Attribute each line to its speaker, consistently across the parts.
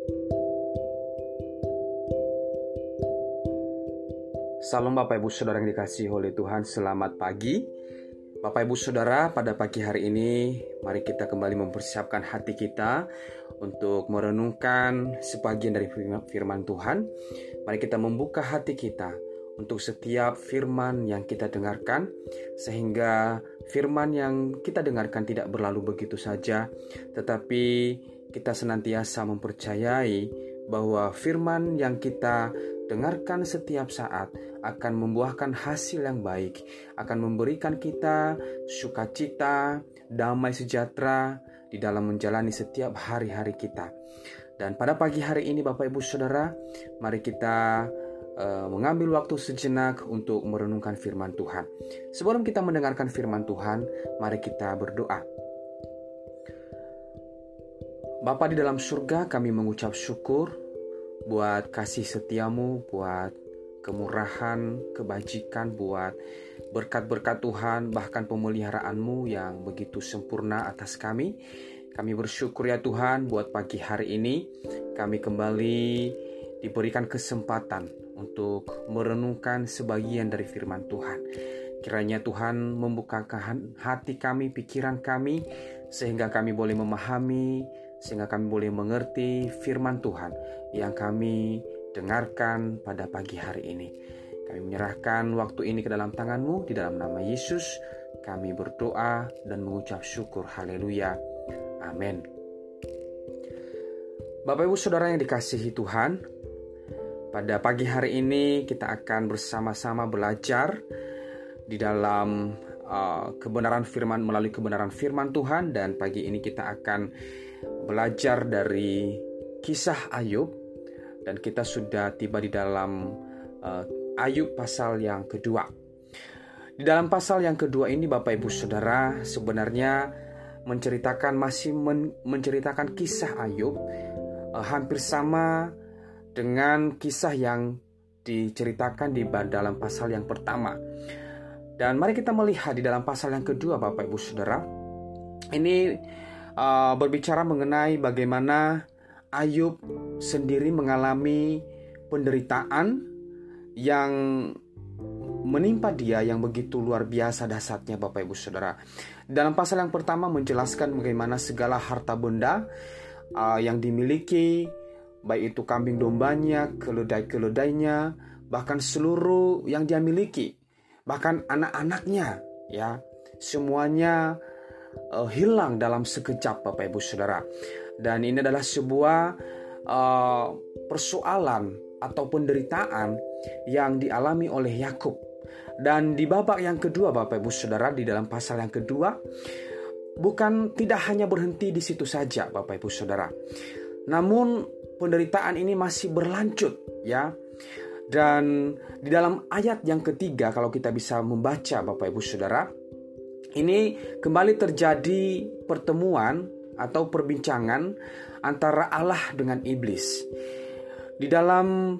Speaker 1: Salam Bapak Ibu Saudara yang dikasihi oleh Tuhan, selamat pagi. Bapak Ibu Saudara, pada pagi hari ini mari kita kembali mempersiapkan hati kita untuk merenungkan sebagian dari firman Tuhan. Mari kita membuka hati kita untuk setiap firman yang kita dengarkan, sehingga firman yang kita dengarkan tidak berlalu begitu saja, tetapi kita senantiasa mempercayai bahwa firman yang kita dengarkan setiap saat akan membuahkan hasil yang baik, akan memberikan kita sukacita, damai sejahtera di dalam menjalani setiap hari-hari kita. Dan pada pagi hari ini Bapak Ibu Saudara, mari kita mengambil waktu sejenak untuk merenungkan firman Tuhan. Sebelum kita mendengarkan firman Tuhan, mari kita berdoa. Bapa di dalam surga, kami mengucap syukur buat kasih setiamu, buat kemurahan, kebajikan, buat berkat-berkat Tuhan, bahkan pemeliharaanmu yang begitu sempurna atas kami. Kami bersyukur ya Tuhan, buat pagi hari ini kami kembali diberikan kesempatan untuk merenungkan sebagian dari firman Tuhan. Kiranya Tuhan membukakan hati kami, pikiran kami, sehingga kami boleh memahami, sehingga kami boleh mengerti firman Tuhan yang kami dengarkan pada pagi hari ini. Kami menyerahkan waktu ini ke dalam tangan-Mu, di dalam nama Yesus kami berdoa dan mengucap syukur. Haleluya. Amin. Bapak Ibu Saudara yang dikasihi Tuhan, pada pagi hari ini kita akan bersama-sama belajar di dalam kebenaran firman, melalui kebenaran firman Tuhan. Dan pagi ini kita akan belajar dari kisah Ayub, dan kita sudah tiba di dalam Ayub pasal yang kedua. Di dalam pasal yang kedua ini Bapak Ibu Saudara sebenarnya menceritakan kisah Ayub hampir sama dengan kisah yang diceritakan di dalam pasal yang pertama. Dan mari kita melihat di dalam pasal yang kedua Bapak Ibu Saudara, ini berbicara mengenai bagaimana Ayub sendiri mengalami penderitaan yang menimpa dia yang begitu luar biasa dahsyatnya Bapak Ibu Saudara. Dalam pasal yang pertama menjelaskan bagaimana segala harta benda yang dimiliki, baik itu kambing dombanya, keledai-keledainya, bahkan seluruh yang dia miliki, bahkan anak-anaknya, ya, semuanya hilang dalam sekejap Bapak Ibu Saudara. Dan ini adalah sebuah persoalan atau penderitaan yang dialami oleh Yakub. Dan di babak yang kedua Bapak Ibu Saudara, di dalam pasal yang kedua, tidak hanya berhenti di situ saja Bapak Ibu Saudara, namun penderitaan ini masih berlanjut, ya. Dan di dalam ayat yang ketiga, kalau kita bisa membaca Bapak Ibu Saudara, ini kembali terjadi pertemuan atau perbincangan antara Allah dengan iblis. Di dalam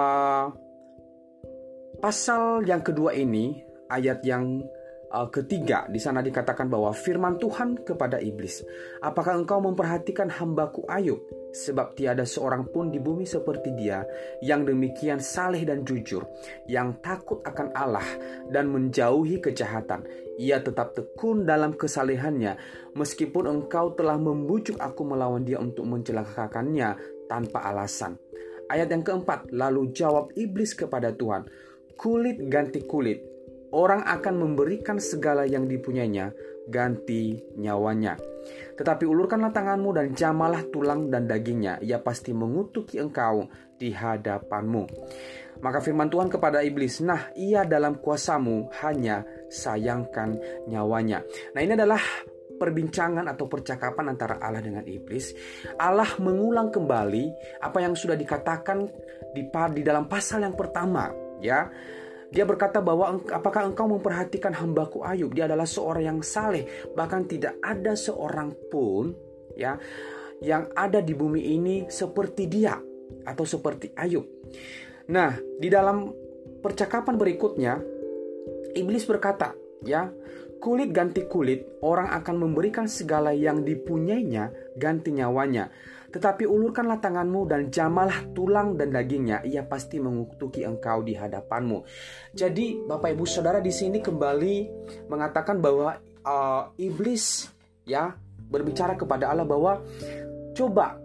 Speaker 1: pasal yang kedua ini, ayat yang ketiga, di sana dikatakan bahwa firman Tuhan kepada iblis, "Apakah engkau memperhatikan hambaku Ayub? Sebab tiada seorang pun di bumi seperti dia, yang demikian saleh dan jujur, yang takut akan Allah dan menjauhi kejahatan. Ia tetap tekun dalam kesalehannya, meskipun engkau telah membujuk aku melawan dia untuk mencelakakannya tanpa alasan." Ayat yang keempat, lalu jawab iblis kepada Tuhan, "Kulit ganti kulit, orang akan memberikan segala yang dipunyainya ganti nyawanya. Tetapi ulurkanlah tanganmu dan jamalah tulang dan dagingnya, ia pasti mengutuki engkau di hadapanmu." Maka firman Tuhan kepada iblis, "Nah, ia dalam kuasamu, hanya sayangkan nyawanya." Nah, ini adalah perbincangan atau percakapan antara Allah dengan iblis. Allah mengulang kembali apa yang sudah dikatakan di dalam pasal yang pertama, ya. Dia berkata bahwa apakah engkau memperhatikan hambaku Ayub? Dia adalah seorang yang saleh, bahkan tidak ada seorang pun, ya, yang ada di bumi ini seperti dia atau seperti Ayub. Nah, di dalam percakapan berikutnya, iblis berkata, ya, kulit ganti kulit, orang akan memberikan segala yang dipunyainya ganti nyawanya. Tetapi ulurkanlah tanganmu dan jamalah tulang dan dagingnya, ia pasti mengutuki engkau di hadapanmu. Jadi Bapak Ibu Saudara di sini kembali mengatakan bahwa iblis ya berbicara kepada Allah bahwa coba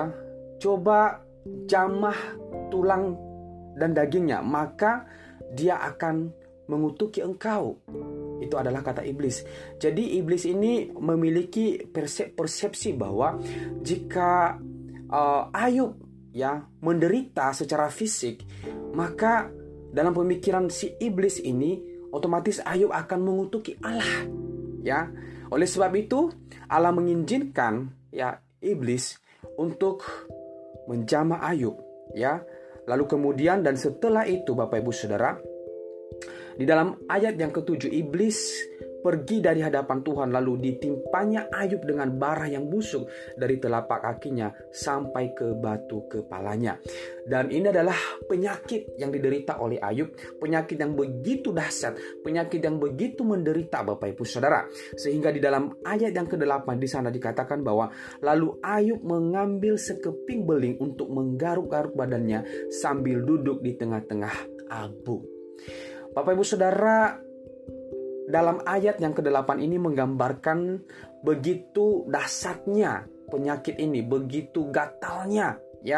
Speaker 1: jamah tulang dan dagingnya, maka dia akan mengutuki engkau. Itu adalah kata iblis. Jadi iblis ini memiliki persepsi bahwa jika Ayub menderita secara fisik, maka dalam pemikiran si iblis ini otomatis Ayub akan mengutuki Allah. Ya, oleh sebab itu Allah mengizinkan iblis untuk menjamah Ayub. Ya, lalu kemudian dan setelah itu Bapak Ibu Saudara, di dalam ayat yang ke-7, iblis pergi dari hadapan Tuhan, lalu ditimpanya Ayub dengan bara yang busuk dari telapak kakinya sampai ke batu kepalanya. Dan ini adalah penyakit yang diderita oleh Ayub, penyakit yang begitu dahsyat, penyakit yang begitu menderita Bapak Ibu Saudara. Sehingga di dalam ayat yang ke-8 di sana dikatakan bahwa lalu Ayub mengambil sekeping beling untuk menggaruk-garuk badannya sambil duduk di tengah-tengah abu. Bapak Ibu Saudara, dalam ayat yang ke-8 ini menggambarkan begitu dahsyatnya penyakit ini, begitu gatalnya,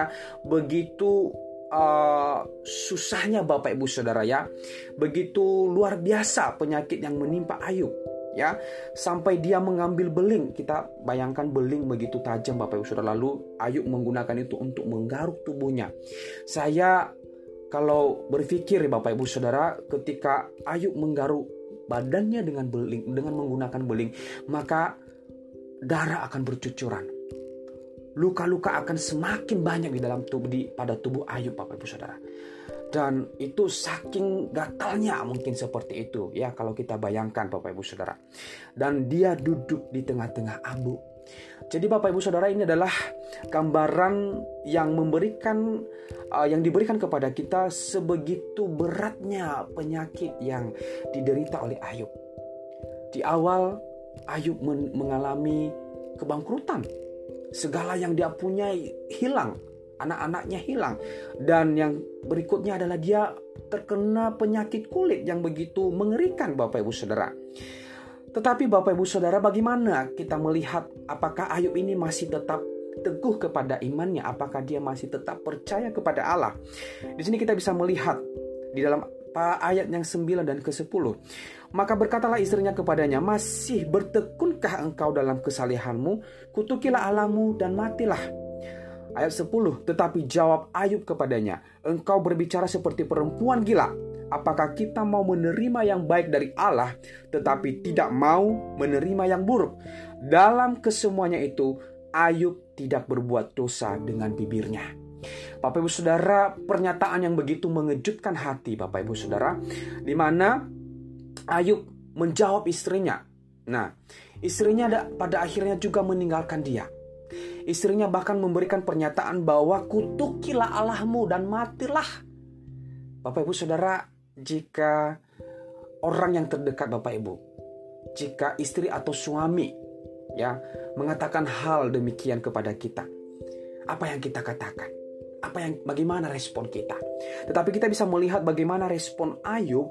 Speaker 1: begitu susahnya Bapak Ibu Saudara, begitu luar biasa penyakit yang menimpa Ayub, sampai dia mengambil beling. Kita bayangkan beling begitu tajam Bapak Ibu Saudara, lalu Ayub menggunakan itu untuk menggaruk tubuhnya. Saya kalau berpikir Bapak Ibu Saudara, ketika Ayub menggaruk badannya dengan menggunakan beling, maka darah akan bercucuran. Luka-luka akan semakin banyak di dalam pada tubuh Ayub Bapak Ibu Saudara. Dan itu saking gatalnya mungkin seperti itu kalau kita bayangkan Bapak Ibu Saudara. Dan dia duduk di tengah-tengah abu. Jadi Bapak Ibu Saudara, ini adalah gambaran yang diberikan kepada kita sebegitu beratnya penyakit yang diderita oleh Ayub. Di awal Ayub mengalami kebangkrutan. Segala yang dia punyai hilang, anak-anaknya hilang. Dan yang berikutnya adalah dia terkena penyakit kulit yang begitu mengerikan Bapak Ibu Saudara. Tetapi Bapak Ibu Saudara, bagaimana kita melihat apakah Ayub ini masih tetap teguh kepada imannya? Apakah dia masih tetap percaya kepada Allah? Di sini kita bisa melihat di dalam ayat yang 9 dan ke-10. Maka berkatalah istrinya kepadanya, masih bertekunkah engkau dalam kesalehanmu? Kutukilah Allahmu dan matilah. Ayat 10, tetapi jawab Ayub kepadanya, engkau berbicara seperti perempuan gila. Apakah kita mau menerima yang baik dari Allah, tetapi tidak mau menerima yang buruk? Dalam kesemuanya itu, Ayub tidak berbuat dosa dengan bibirnya. Bapak Ibu Saudara, pernyataan yang begitu mengejutkan hati Bapak Ibu Saudara, di mana Ayub menjawab istrinya. Nah, istrinya pada akhirnya juga meninggalkan dia. Istrinya bahkan memberikan pernyataan bahwa kutukilah Allahmu dan matilah. Bapak Ibu Saudara, jika orang yang terdekat Bapak Ibu, jika istri atau suami mengatakan hal demikian kepada kita, apa yang kita katakan? Bagaimana respon kita? Tetapi kita bisa melihat bagaimana respon Ayub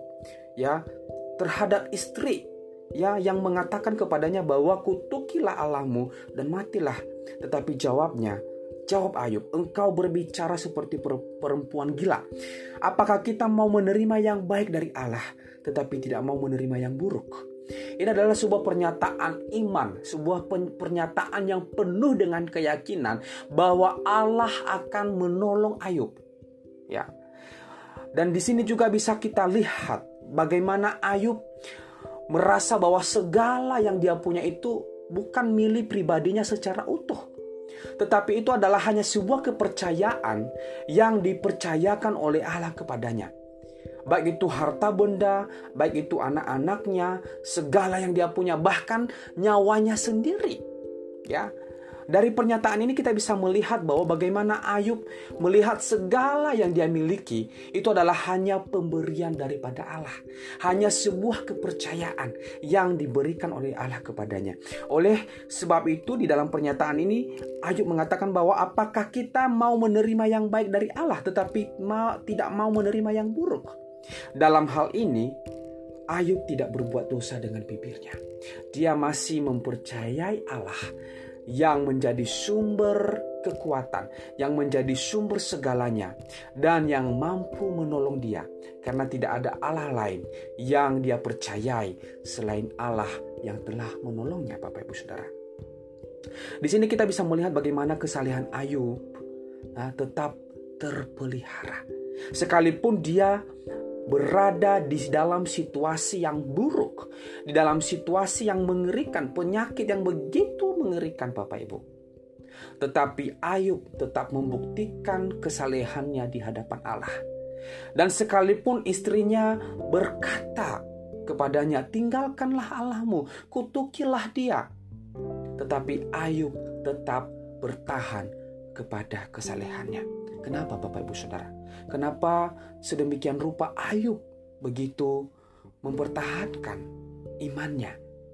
Speaker 1: terhadap istri yang mengatakan kepadanya bahwa kutukilah Allahmu dan matilah. Tetapi jawab Ayub, engkau berbicara seperti perempuan gila. Apakah kita mau menerima yang baik dari Allah, tetapi tidak mau menerima yang buruk? Ini adalah sebuah pernyataan iman, sebuah pernyataan yang penuh dengan keyakinan bahwa Allah akan menolong Ayub. Dan di sini juga bisa kita lihat bagaimana Ayub merasa bahwa segala yang dia punya itu bukan milik pribadinya secara utuh, tetapi itu adalah hanya sebuah kepercayaan yang dipercayakan oleh Allah kepadanya. Baik itu harta benda, baik itu anak-anaknya, segala yang dia punya, bahkan nyawanya sendiri. Dari pernyataan ini kita bisa melihat bahwa bagaimana Ayub melihat segala yang dia miliki itu adalah hanya pemberian daripada Allah. Hanya sebuah kepercayaan yang diberikan oleh Allah kepadanya. Oleh sebab itu di dalam pernyataan ini Ayub mengatakan bahwa apakah kita mau menerima yang baik dari Allah tetapi tidak mau menerima yang buruk. Dalam hal ini Ayub tidak berbuat dosa dengan bibirnya. Dia masih mempercayai Allah yang menjadi sumber kekuatan, yang menjadi sumber segalanya, dan yang mampu menolong dia. Karena tidak ada Allah lain yang dia percayai selain Allah yang telah menolongnya, Bapak Ibu Saudara. Di sini kita bisa melihat bagaimana kesalehan Ayub tetap terpelihara. Sekalipun dia berada di dalam situasi yang buruk, di dalam situasi yang mengerikan, penyakit yang begitu mengerikan, Bapak Ibu. Tetapi Ayub tetap membuktikan kesalehannya di hadapan Allah. Dan sekalipun istrinya berkata kepadanya, "Tinggalkanlah Allahmu, kutukilah dia." Tetapi Ayub tetap bertahan kepada kesalehannya. Kenapa, Bapak Ibu Saudara? Kenapa sedemikian rupa Ayub begitu mempertahankan imannya?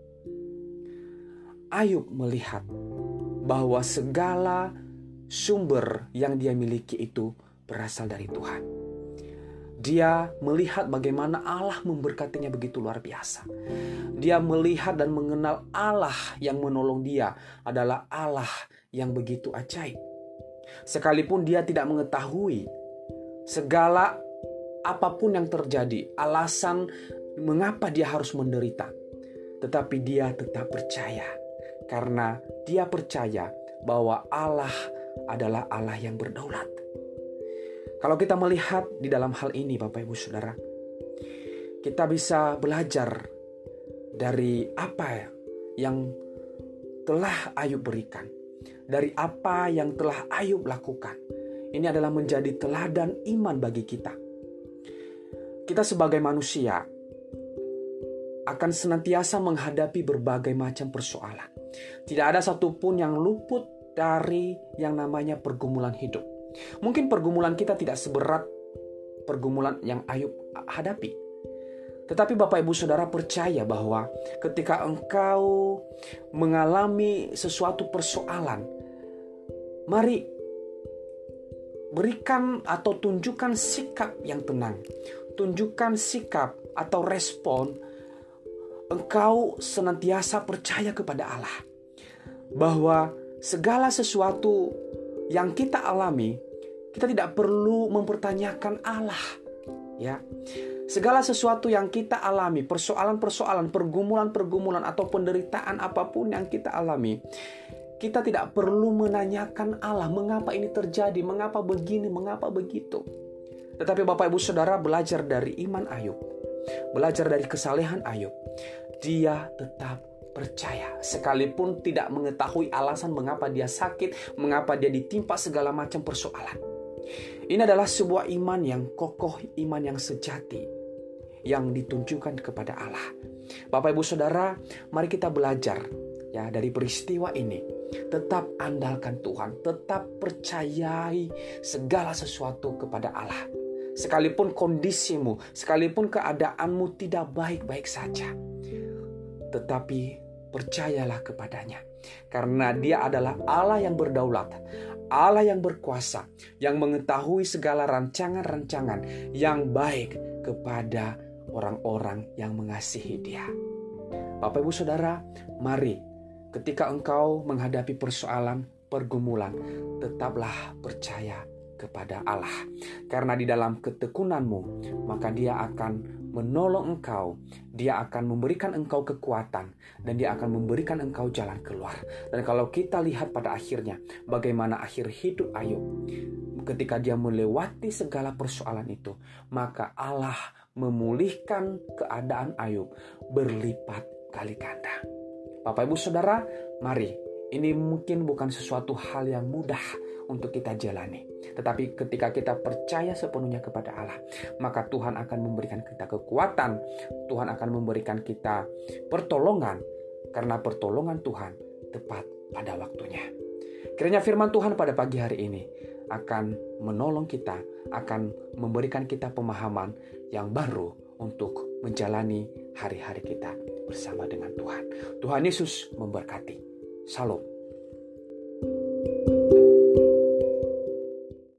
Speaker 1: Ayub melihat bahwa segala sumber yang dia miliki itu berasal dari Tuhan. Dia melihat bagaimana Allah memberkatinya begitu luar biasa. Dia melihat dan mengenal Allah yang menolong dia adalah Allah yang begitu ajaib. Sekalipun dia tidak mengetahui segala apapun yang terjadi, alasan mengapa dia harus menderita, tetapi dia tetap percaya karena dia percaya bahwa Allah adalah Allah yang berdaulat. Kalau kita melihat di dalam hal ini, Bapak Ibu Saudara, kita bisa belajar dari apa yang telah Ayub berikan, dari apa yang telah Ayub lakukan. Ini adalah menjadi teladan iman bagi kita. Kita sebagai manusia akan senantiasa menghadapi berbagai macam persoalan. Tidak ada satupun yang luput dari yang namanya pergumulan hidup. Mungkin pergumulan kita tidak seberat pergumulan yang Ayub hadapi. Tetapi Bapak Ibu Saudara percaya bahwa ketika engkau mengalami sesuatu persoalan, mari berikan atau tunjukkan sikap yang tenang. Tunjukkan sikap atau respon engkau senantiasa percaya kepada Allah. Bahwa segala sesuatu yang kita alami, kita tidak perlu mempertanyakan Allah. Ya, segala sesuatu yang kita alami, persoalan-persoalan, pergumulan-pergumulan atau penderitaan apapun yang kita alami, kita tidak perlu menanyakan Allah, mengapa ini terjadi, mengapa begini, mengapa begitu. Tetapi Bapak Ibu Saudara belajar dari iman Ayub, belajar dari kesalehan Ayub. Dia tetap percaya, sekalipun tidak mengetahui alasan mengapa dia sakit, mengapa dia ditimpa segala macam persoalan. Ini adalah sebuah iman yang kokoh, iman yang sejati, yang ditunjukkan kepada Allah. Bapak Ibu Saudara, mari kita belajar ya dari peristiwa ini. Tetap andalkan Tuhan, tetap percayai segala sesuatu kepada Allah. Sekalipun kondisimu, sekalipun keadaanmu tidak baik-baik saja, tetapi percayalah kepadanya. Karena dia adalah Allah yang berdaulat, Allah yang berkuasa, yang mengetahui segala rancangan-rancangan yang baik kepada orang-orang yang mengasihi dia. Bapak Ibu Saudara, mari ketika engkau menghadapi persoalan, pergumulan, tetaplah percaya kepada Allah. Karena di dalam ketekunanmu, maka dia akan menolong engkau, dia akan memberikan engkau kekuatan, dan dia akan memberikan engkau jalan keluar. Dan kalau kita lihat pada akhirnya, bagaimana akhir hidup Ayub, ketika dia melewati segala persoalan itu, maka Allah memulihkan keadaan Ayub berlipat kali ganda. Bapak Ibu Saudara, mari, ini mungkin bukan sesuatu hal yang mudah untuk kita jalani. Tetapi ketika kita percaya sepenuhnya kepada Allah, maka Tuhan akan memberikan kita kekuatan, Tuhan akan memberikan kita pertolongan, karena pertolongan Tuhan tepat pada waktunya. Kiranya firman Tuhan pada pagi hari ini akan menolong kita, akan memberikan kita pemahaman yang baru untuk menjalani hari-hari kita bersama dengan Tuhan. Tuhan Yesus memberkati. Shalom.